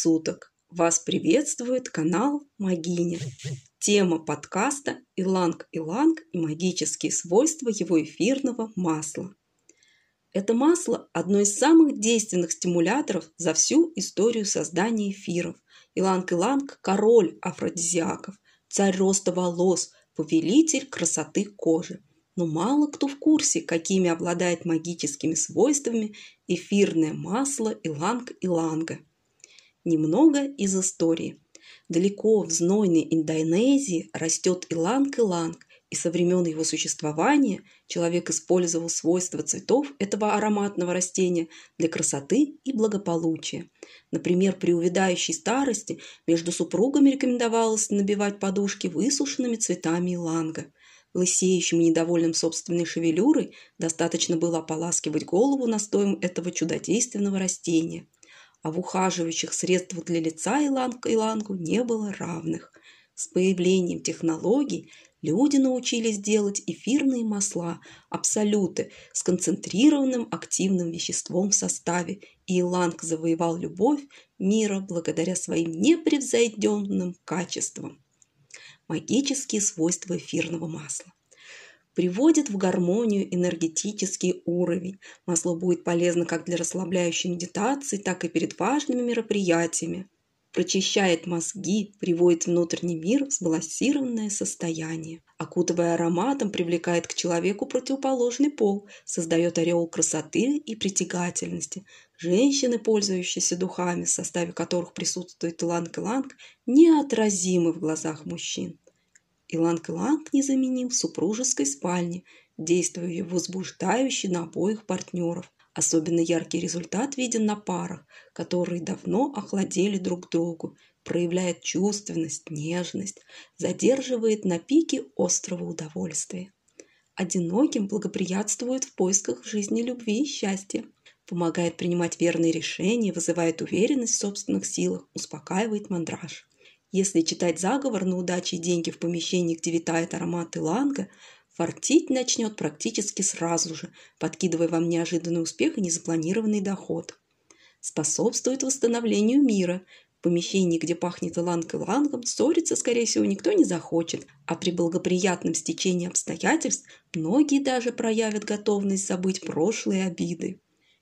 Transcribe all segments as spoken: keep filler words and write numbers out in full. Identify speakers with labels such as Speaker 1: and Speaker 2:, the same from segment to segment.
Speaker 1: суток! Вас приветствует канал Магиня. Тема подкаста «Иланг-иланг и магические свойства его эфирного масла». Это масло – одно из самых действенных стимуляторов за всю историю создания эфиров. Иланг-иланг – король афродизиаков, царь роста волос, повелитель красоты кожи. Но мало кто в курсе, какими обладает магическими свойствами эфирное масло иланг-иланга. Немного из истории. Далеко в знойной Индонезии растет иланг-иланг, и со времен его существования человек использовал свойства цветов этого ароматного растения для красоты и благополучия. Например, при увядающей старости между супругами рекомендовалось набивать подушки высушенными цветами иланга. Лысеющим и недовольным собственной шевелюрой достаточно было ополаскивать голову настоем этого чудодейственного растения. А в ухаживающих средствах для лица иланг-илангу не было равных. С появлением технологий люди научились делать эфирные масла, абсолюты, с концентрированным активным веществом в составе, и иланг завоевал любовь мира благодаря своим непревзойденным качествам. Магические свойства эфирного масла. Приводит в гармонию энергетический уровень. Масло будет полезно как для расслабляющей медитации, так и перед важными мероприятиями. Прочищает мозги, приводит внутренний мир в сбалансированное состояние. Окутывая ароматом, привлекает к человеку противоположный пол, создает ореол красоты и притягательности. Женщины, пользующиеся духами, в составе которых присутствует иланг-иланг, неотразимы в глазах мужчин. Иланг-иланг незаменим в супружеской спальне, действуя возбуждающе на обоих партнеров. Особенно яркий результат виден на парах, которые давно охладели друг к другу, проявляет чувственность, нежность, задерживает на пике острого удовольствия. Одиноким благоприятствует в поисках жизни любви и счастья, помогает принимать верные решения, вызывает уверенность в собственных силах, успокаивает мандраж. Если читать заговор на удачу и деньги в помещении, где витает аромат иланга, фартить начнет практически сразу же, подкидывая вам неожиданный успех и незапланированный доход. Способствует восстановлению мира. В помещении, где пахнет иланг-илангом, ссориться, скорее всего, никто не захочет, а при благоприятном стечении обстоятельств многие даже проявят готовность забыть прошлые обиды.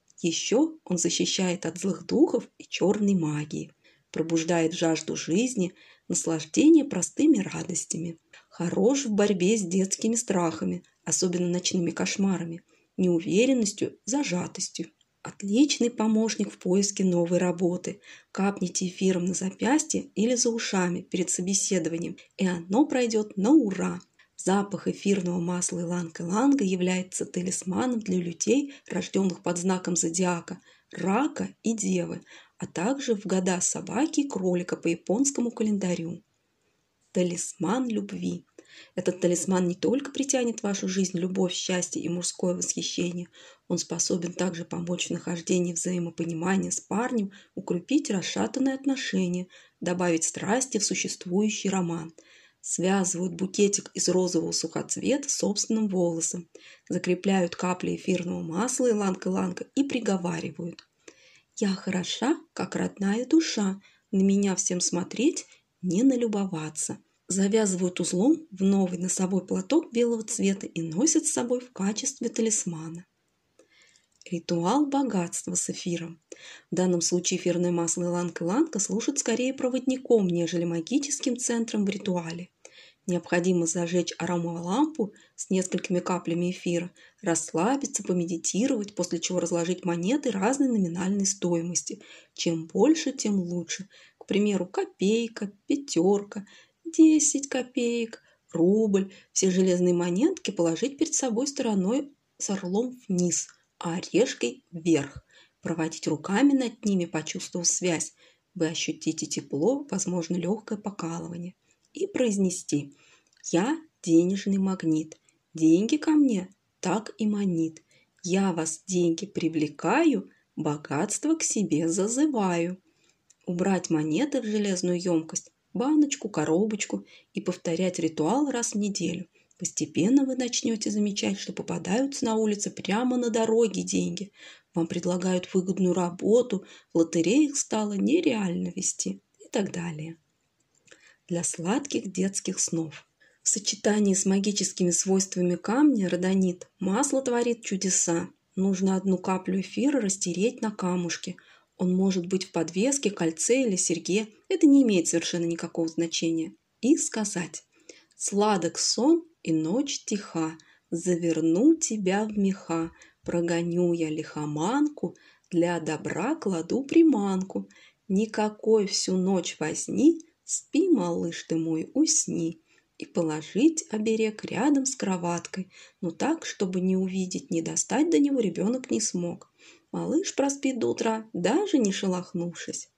Speaker 1: Еще он защищает от злых духов и черной магии. Пробуждает жажду жизни, наслаждение простыми радостями. Хорош в борьбе с детскими страхами, особенно ночными кошмарами, неуверенностью, зажатостью. Отличный помощник в поиске новой работы. Капните эфиром на запястье или за ушами перед собеседованием, и оно пройдет на ура. Запах эфирного масла иланг-иланга является талисманом для людей, рожденных под знаком зодиака Рака и Девы, а также в года собаки и кролика по японскому календарю. Талисман любви. Этот талисман не только притянет в вашу жизнь любовь, счастье и мужское восхищение, он способен также помочь в нахождении взаимопонимания с парнем, укрепить расшатанные отношения, добавить страсти в существующий роман. Связывают букетик из розового сухоцвета с собственным волосом, закрепляют капли эфирного масла иланг-иланга и приговаривают: «Я хороша, как родная душа, на меня всем смотреть, не налюбоваться». Завязывают узлом в новый носовой платок белого цвета и носят с собой в качестве талисмана. Ритуал богатства с эфиром. В данном случае эфирное масло иланг-иланга служит скорее проводником, нежели магическим центром в ритуале. Необходимо зажечь аромалампу с несколькими каплями эфира, расслабиться, помедитировать, после чего разложить монеты разной номинальной стоимости. Чем больше, тем лучше. К примеру, копейка, пятерка, десять копеек, рубль. Все железные монетки положить перед собой стороной с орлом вниз, а орешкой вверх. Проводить руками над ними, почувствовав связь. Вы ощутите тепло, возможно, легкое покалывание. И произнести: «Я денежный магнит. Деньги ко мне так и манит. Я вас, деньги, привлекаю, богатство к себе зазываю». Убрать монеты в железную емкость, баночку, коробочку и повторять ритуал раз в неделю. Постепенно вы начнете замечать, что попадаются на улице прямо на дороге деньги. Вам предлагают выгодную работу, в лотереях стало нереально вести и так далее. Для сладких детских снов. В сочетании с магическими свойствами камня родонит масло творит чудеса. Нужно одну каплю эфира растереть на камушке. Он может быть в подвеске, кольце или серьге. Это не имеет совершенно никакого значения. И сказать: «Сладок сон и ночь тиха, заверну тебя в меха, прогоню я лихоманку, для добра кладу приманку. Никакой всю ночь возни, спи, малыш ты мой, усни». И положить оберег рядом с кроваткой, но так, чтобы не увидеть, не достать до него ребенок не смог. Малыш проспит до утра, даже не шелохнувшись.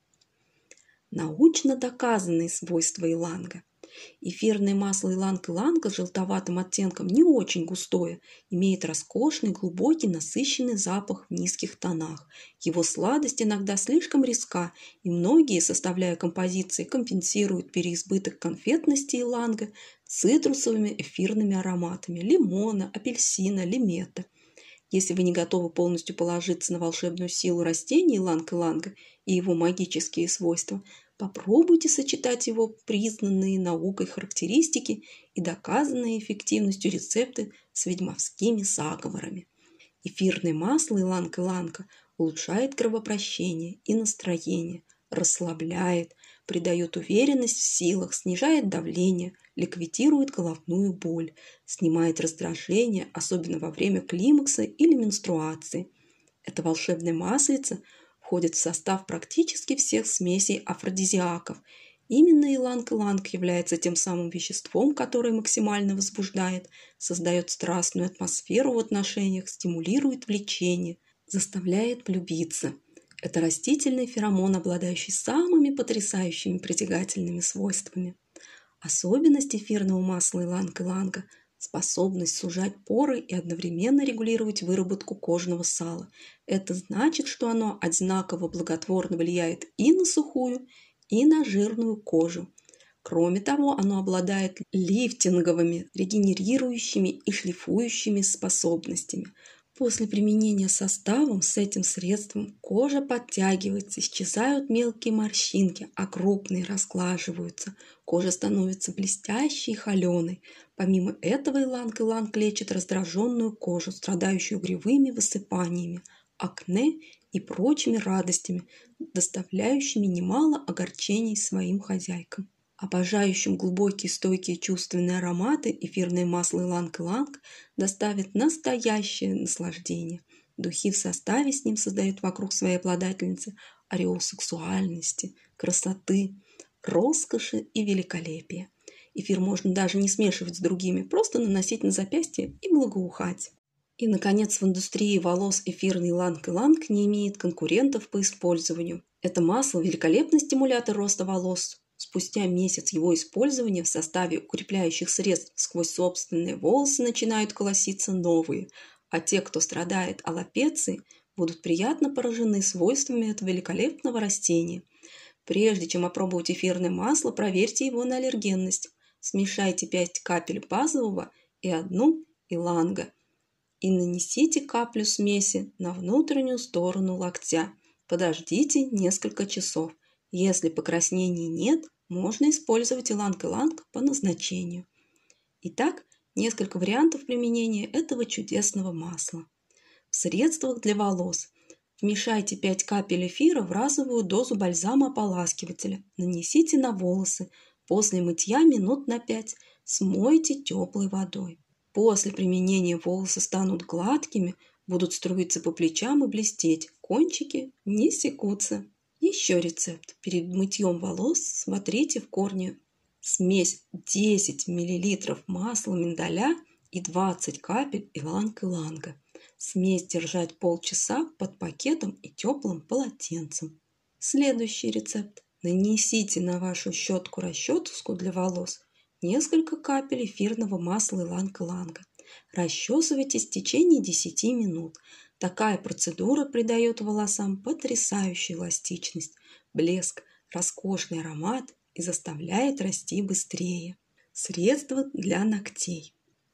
Speaker 1: Научно доказанные свойства иланга. Эфирное масло иланг-иланга с желтоватым оттенком не очень густое, имеет роскошный, глубокий, насыщенный запах в низких тонах. Его сладость иногда слишком резка, и многие, составляя композиции, компенсируют переизбыток конфетности иланга цитрусовыми эфирными ароматами лимона, апельсина, лимета. Если вы не готовы полностью положиться на волшебную силу растения иланг-иланга и его магические свойства, попробуйте сочетать его признанные наукой характеристики и доказанные эффективностью рецепты с ведьмовскими заговорами. Эфирное масло иланг-иланга улучшает кровообращение и настроение, расслабляет, придает уверенность в силах, снижает давление, ликвидирует головную боль, снимает раздражение, особенно во время климакса или менструации. Это волшебное маслице входит в состав практически всех смесей афродизиаков. Именно иланг-иланг является тем самым веществом, которое максимально возбуждает, создает страстную атмосферу в отношениях, стимулирует влечение, заставляет влюбиться. Это растительный феромон, обладающий самыми потрясающими притягательными свойствами. Особенность эфирного масла иланг-иланга – способность сужать поры и одновременно регулировать выработку кожного сала. Это значит, что оно одинаково благотворно влияет и на сухую, и на жирную кожу. Кроме того, оно обладает лифтинговыми, регенерирующими и шлифующими способностями. После применения составом с этим средством кожа подтягивается, исчезают мелкие морщинки, а крупные расглаживаются. Кожа становится блестящей и холеной. Помимо этого иланг-иланг лечит раздраженную кожу, страдающую угревыми высыпаниями, акне и прочими радостями, доставляющими немало огорчений своим хозяйкам. Обожающим глубокие, стойкие чувственные ароматы эфирное масло иланг-иланг доставит настоящее наслаждение. Духи в составе с ним создают вокруг своей обладательницы ореол сексуальности, красоты, роскоши и великолепия. Эфир можно даже не смешивать с другими, просто наносить на запястье и благоухать. И, наконец, в индустрии волос эфирный иланг-иланг не имеет конкурентов по использованию. Это масло – великолепный стимулятор роста волос. Спустя месяц его использования в составе укрепляющих средств сквозь собственные волосы начинают колоситься новые, а те, кто страдает аллопецией, будут приятно поражены свойствами этого великолепного растения. Прежде чем опробовать эфирное масло, проверьте его на аллергенность. Смешайте пять капель базового и одну иланга и нанесите каплю смеси на внутреннюю сторону локтя. Подождите несколько часов. Если покраснений нет, можно использовать иланг-иланг по назначению. Итак, несколько вариантов применения этого чудесного масла. В средствах для волос. Вмешайте пять капель эфира в разовую дозу бальзама-ополаскивателя. Нанесите на волосы. После мытья минут на пять смойте теплой водой. После применения волосы станут гладкими, будут струиться по плечам и блестеть. Кончики не секутся. Еще рецепт. Перед мытьем волос смотрите в корне смесь десять миллилитров масла миндаля и двадцать капель иланг-иланга. Смесь держать полчаса под пакетом и теплым полотенцем. Следующий рецепт. Нанесите на вашу щетку-расческу для волос несколько капель эфирного масла иланг-иланга. Расчесывайтесь в течение десяти минут. Такая процедура придает волосам потрясающую эластичность, блеск, роскошный аромат и заставляет расти быстрее. Средства для ногтей.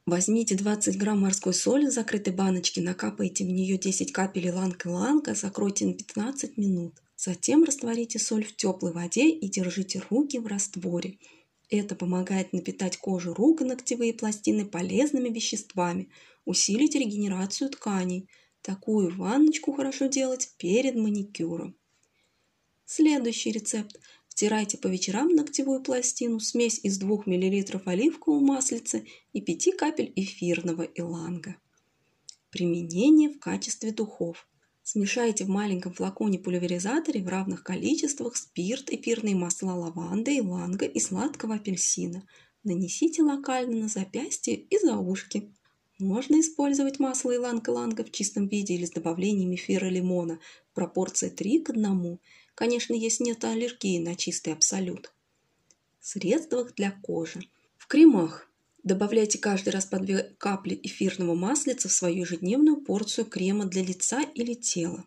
Speaker 1: Возьмите двадцать грамм морской соли в закрытой баночке, накапайте в нее десять капель иланг-иланга, закройте на пятнадцать минут. Затем растворите соль в теплой воде и держите руки в растворе. Это помогает напитать кожу рук и ногтевые пластины полезными веществами, усилить регенерацию тканей. Такую ванночку хорошо делать перед маникюром. Следующий рецепт. Втирайте по вечерам в ногтевую пластину смесь из двух миллилитров оливкового маслица и пяти капель эфирного иланга. Применение в качестве духов. Смешайте в маленьком флаконе-пульверизаторе в равных количествах спирт, эфирные масла лаванды, иланга и сладкого апельсина. Нанесите локально на запястье и за ушки. Можно использовать масло иланг-иланга в чистом виде или с добавлением эфира лимона в пропорции три к одному. Конечно, если нет аллергии на чистый абсолют. В средствах для кожи. В кремах добавляйте каждый раз по две капли эфирного маслица в свою ежедневную порцию крема для лица или тела.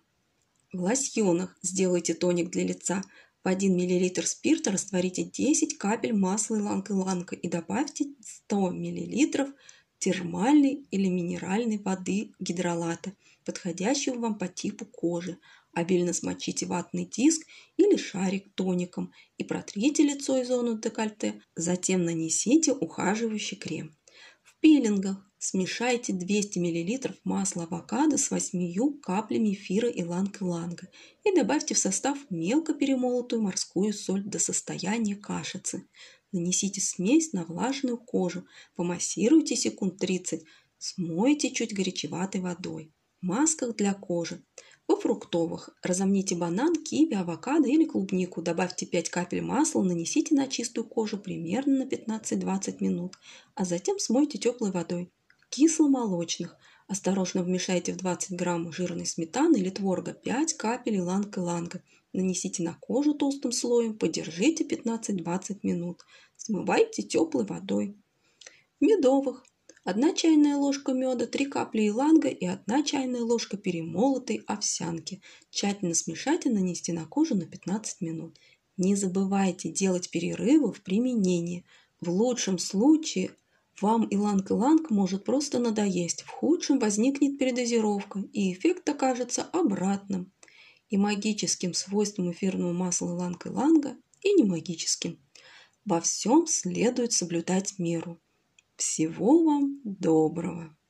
Speaker 1: В лосьонах сделайте тоник для лица. В один миллилитр спирта растворите десять капель масла иланг-иланга и добавьте сто миллилитров термальной или минеральной воды гидролата, подходящего вам по типу кожи. Обильно смочите ватный диск или шарик тоником и протрите лицо и зону декольте, затем нанесите ухаживающий крем. В пилингах смешайте двести миллилитров масла авокадо с восемью каплями эфира иланг-иланга и добавьте в состав мелко перемолотую морскую соль до состояния кашицы. Нанесите смесь на влажную кожу, помассируйте секунд тридцать, смойте чуть горячеватой водой. В масках для кожи. Во фруктовых разомните банан, киви, авокадо или клубнику, добавьте пять капель масла, нанесите на чистую кожу примерно на пятнадцать-двадцать минут, а затем смойте теплой водой. В кисломолочных осторожно вмешайте в двадцать грамм жирной сметаны или творога пять капель иланг-иланга. Нанесите на кожу толстым слоем, подержите пятнадцать-двадцать минут. Смывайте теплой водой. В медовых одна чайная ложка меда, три капли иланга и одна чайная ложка перемолотой овсянки. Тщательно смешать и нанести на кожу на пятнадцать минут. Не забывайте делать перерывы в применении. В лучшем случае вам иланг-иланг может просто надоесть, в худшем возникнет передозировка и эффект окажется обратным. И магическим свойствам эфирного масла иланг-иланга, и не магическим. Во всем следует соблюдать меру. Всего вам доброго!